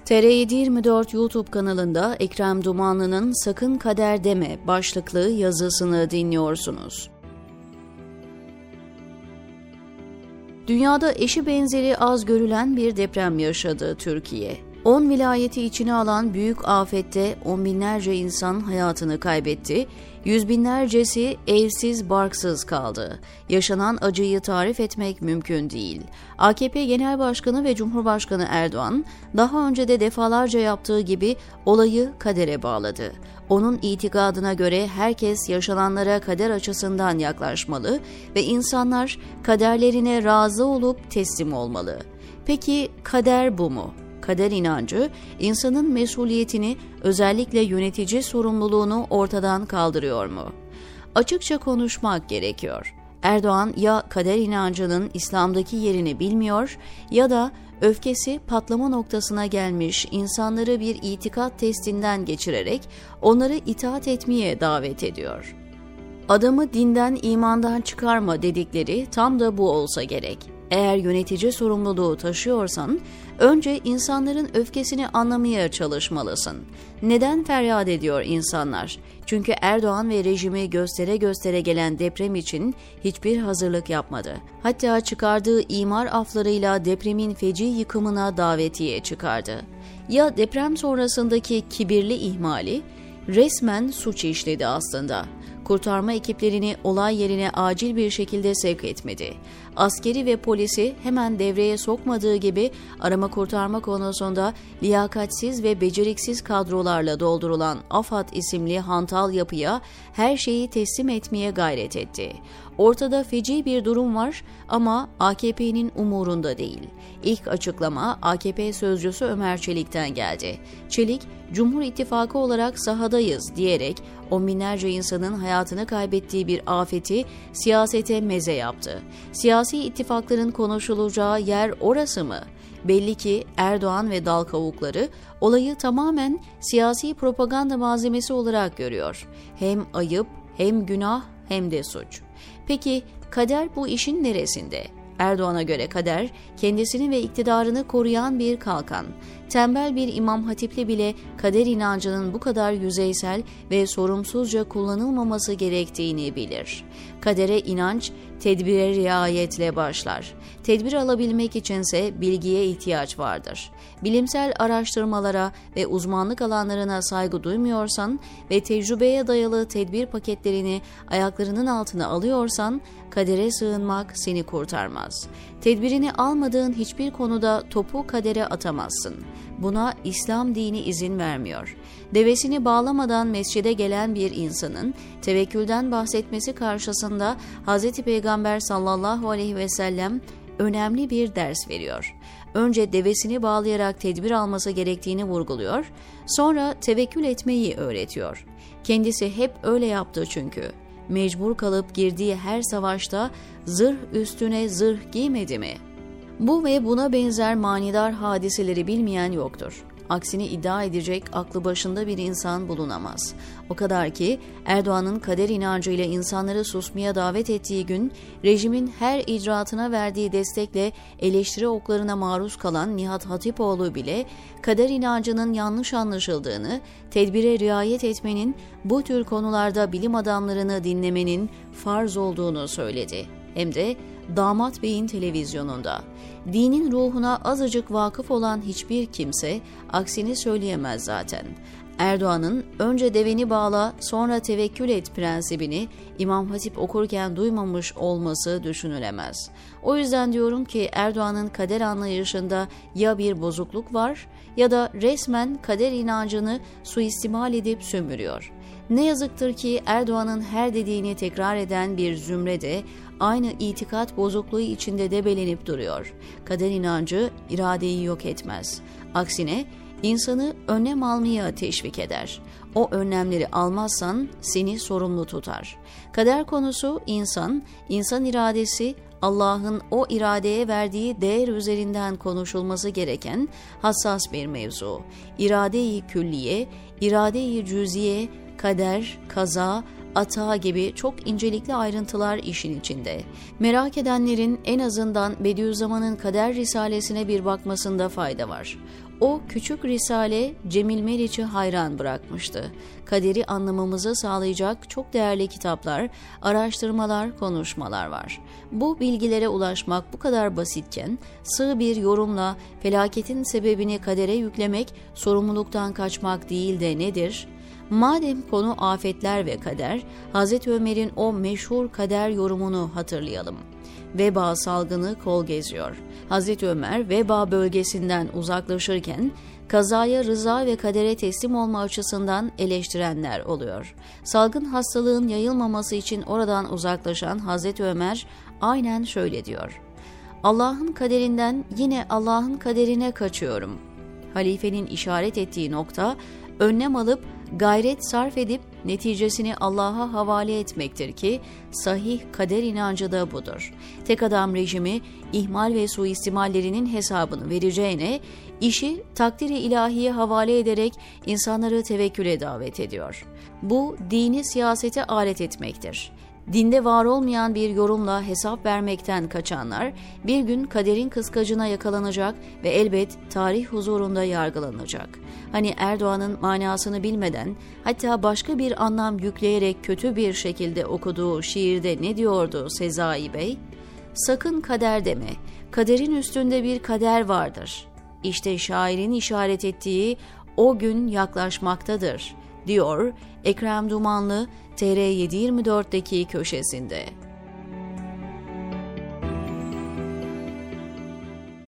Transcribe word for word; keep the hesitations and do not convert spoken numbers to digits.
T R yedi yirmi dört YouTube kanalında Ekrem Dumanlı'nın "Sakın Kader Deme" başlıklı yazısını dinliyorsunuz. Dünyada eşi benzeri az görülen bir deprem yaşadı Türkiye. on vilayeti içine alan büyük afette on binlerce insan hayatını kaybetti, yüz binlercesi evsiz barksız kaldı. Yaşanan acıyı tarif etmek mümkün değil. A K P Genel Başkanı ve Cumhurbaşkanı Erdoğan, daha önce de defalarca yaptığı gibi olayı kadere bağladı. Onun itikadına göre herkes yaşananlara kader açısından yaklaşmalı ve insanlar kaderlerine razı olup teslim olmalı. Peki kader bu mu? Kader inancı, insanın mesuliyetini, özellikle yönetici sorumluluğunu ortadan kaldırıyor mu? Açıkça konuşmak gerekiyor. Erdoğan ya kader inancının İslam'daki yerini bilmiyor ya da öfkesi patlama noktasına gelmiş insanları bir itikat testinden geçirerek onları itaat etmeye davet ediyor. Adamı dinden, imandan çıkarma dedikleri tam da bu olsa gerek. Eğer yönetici sorumluluğu taşıyorsan, önce insanların öfkesini anlamaya çalışmalısın. Neden feryat ediyor insanlar? Çünkü Erdoğan ve rejimi göstere göstere gelen deprem için hiçbir hazırlık yapmadı. Hatta çıkardığı imar aflarıyla depremin feci yıkımına davetiye çıkardı. Ya deprem sonrasındaki kibirli ihmali? Resmen suç işledi aslında. Kurtarma ekiplerini olay yerine acil bir şekilde sevk etmedi. Askeri ve polisi hemen devreye sokmadığı gibi arama kurtarma konusunda liyakatsiz ve beceriksiz kadrolarla doldurulan AFAD isimli hantal yapıya her şeyi teslim etmeye gayret etti. Ortada feci bir durum var ama A K P'nin umurunda değil. İlk açıklama A K P sözcüsü Ömer Çelik'ten geldi. Çelik, Cumhur İttifakı olarak sahadayız diyerek on binlerce insanın hayatını kaybettiği bir afeti siyasete meze yaptı. Siyasi ittifakların konuşulacağı yer orası mı? Belli ki Erdoğan ve dal kavukları olayı tamamen siyasi propaganda malzemesi olarak görüyor. Hem ayıp, hem günah, hem de suç. Peki kader bu işin neresinde? Erdoğan'a göre kader, kendisini ve iktidarını koruyan bir kalkan. Tembel bir İmam Hatipli bile kader inancının bu kadar yüzeysel ve sorumsuzca kullanılmaması gerektiğini bilir. Kadere inanç, tedbire riayetle başlar. Tedbir alabilmek içinse bilgiye ihtiyaç vardır. Bilimsel araştırmalara ve uzmanlık alanlarına saygı duymuyorsan ve tecrübeye dayalı tedbir paketlerini ayaklarının altına alıyorsan, kadere sığınmak seni kurtarmaz. Tedbirini almadığın hiçbir konuda topu kadere atamazsın. Buna İslam dini izin vermiyor. Devesini bağlamadan mescide gelen bir insanın tevekkülden bahsetmesi karşısında Hz. Peygamber sallallahu aleyhi ve sellem önemli bir ders veriyor. Önce devesini bağlayarak tedbir alması gerektiğini vurguluyor, sonra tevekkül etmeyi öğretiyor. Kendisi hep öyle yaptı çünkü. Mecbur kalıp girdiği her savaşta zırh üstüne zırh giymedi mi? Bu ve buna benzer manidar hadiseleri bilmeyen yoktur. Aksini iddia edecek aklı başında bir insan bulunamaz. O kadar ki Erdoğan'ın kader inancıyla insanları susmaya davet ettiği gün, rejimin her icraatına verdiği destekle eleştiri oklarına maruz kalan Nihat Hatipoğlu bile kader inancının yanlış anlaşıldığını, tedbire riayet etmenin, bu tür konularda bilim adamlarını dinlemenin farz olduğunu söyledi. Hem de Damat Bey'in televizyonunda. Dinin ruhuna azıcık vakıf olan hiçbir kimse aksini söyleyemez zaten. Erdoğan'ın önce deveni bağla sonra tevekkül et prensibini İmam Hatip okurken duymamış olması düşünülemez. O yüzden diyorum ki Erdoğan'ın kader anlayışında ya bir bozukluk var ya da resmen kader inancını suistimal edip sömürüyor. Ne yazıktır ki Erdoğan'ın her dediğini tekrar eden bir zümre de aynı itikat bozukluğu içinde debelenip duruyor. Kader inancı iradeyi yok etmez. Aksine insanı önlem almaya teşvik eder. O önlemleri almazsan seni sorumlu tutar. Kader konusu insan, insan iradesi, Allah'ın o iradeye verdiği değer üzerinden konuşulması gereken hassas bir mevzu. İrade-i külliye, irade-i cüziye, kader, kaza, ata gibi çok incelikli ayrıntılar işin içinde. Merak edenlerin en azından Bediüzzaman'ın Kader Risalesine bir bakmasında fayda var. O küçük risale Cemil Meriç'i hayran bırakmıştı. Kaderi anlamamızı sağlayacak çok değerli kitaplar, araştırmalar, konuşmalar var. Bu bilgilere ulaşmak bu kadar basitken, sığ bir yorumla felaketin sebebini kadere yüklemek sorumluluktan kaçmak değil de nedir? Madem konu afetler ve kader, Hazreti Ömer'in o meşhur kader yorumunu hatırlayalım. Veba salgını kol geziyor. Hazreti Ömer veba bölgesinden uzaklaşırken kazaya rıza ve kadere teslim olma açısından eleştirenler oluyor. Salgın hastalığın yayılmaması için oradan uzaklaşan Hazreti Ömer aynen şöyle diyor: Allah'ın kaderinden yine Allah'ın kaderine kaçıyorum. Halifenin işaret ettiği nokta, önlem alıp gayret sarf edip neticesini Allah'a havale etmektir ki sahih kader inancı da budur. Tek adam rejimi ihmal ve suistimallerinin hesabını vereceğine işi takdiri ilahiye havale ederek insanları tevekküle davet ediyor. Bu dini siyasete alet etmektir. Dinde var olmayan bir yorumla hesap vermekten kaçanlar bir gün kaderin kıskacına yakalanacak ve elbet tarih huzurunda yargılanacak. Hani Erdoğan'ın manasını bilmeden, hatta başka bir anlam yükleyerek kötü bir şekilde okuduğu şiirde ne diyordu Sezai Bey? Sakın kader deme, kaderin üstünde bir kader vardır. İşte şairin işaret ettiği o gün yaklaşmaktadır, diyor Ekrem Dumanlı T R yedi yirmi dört'teki köşesinde.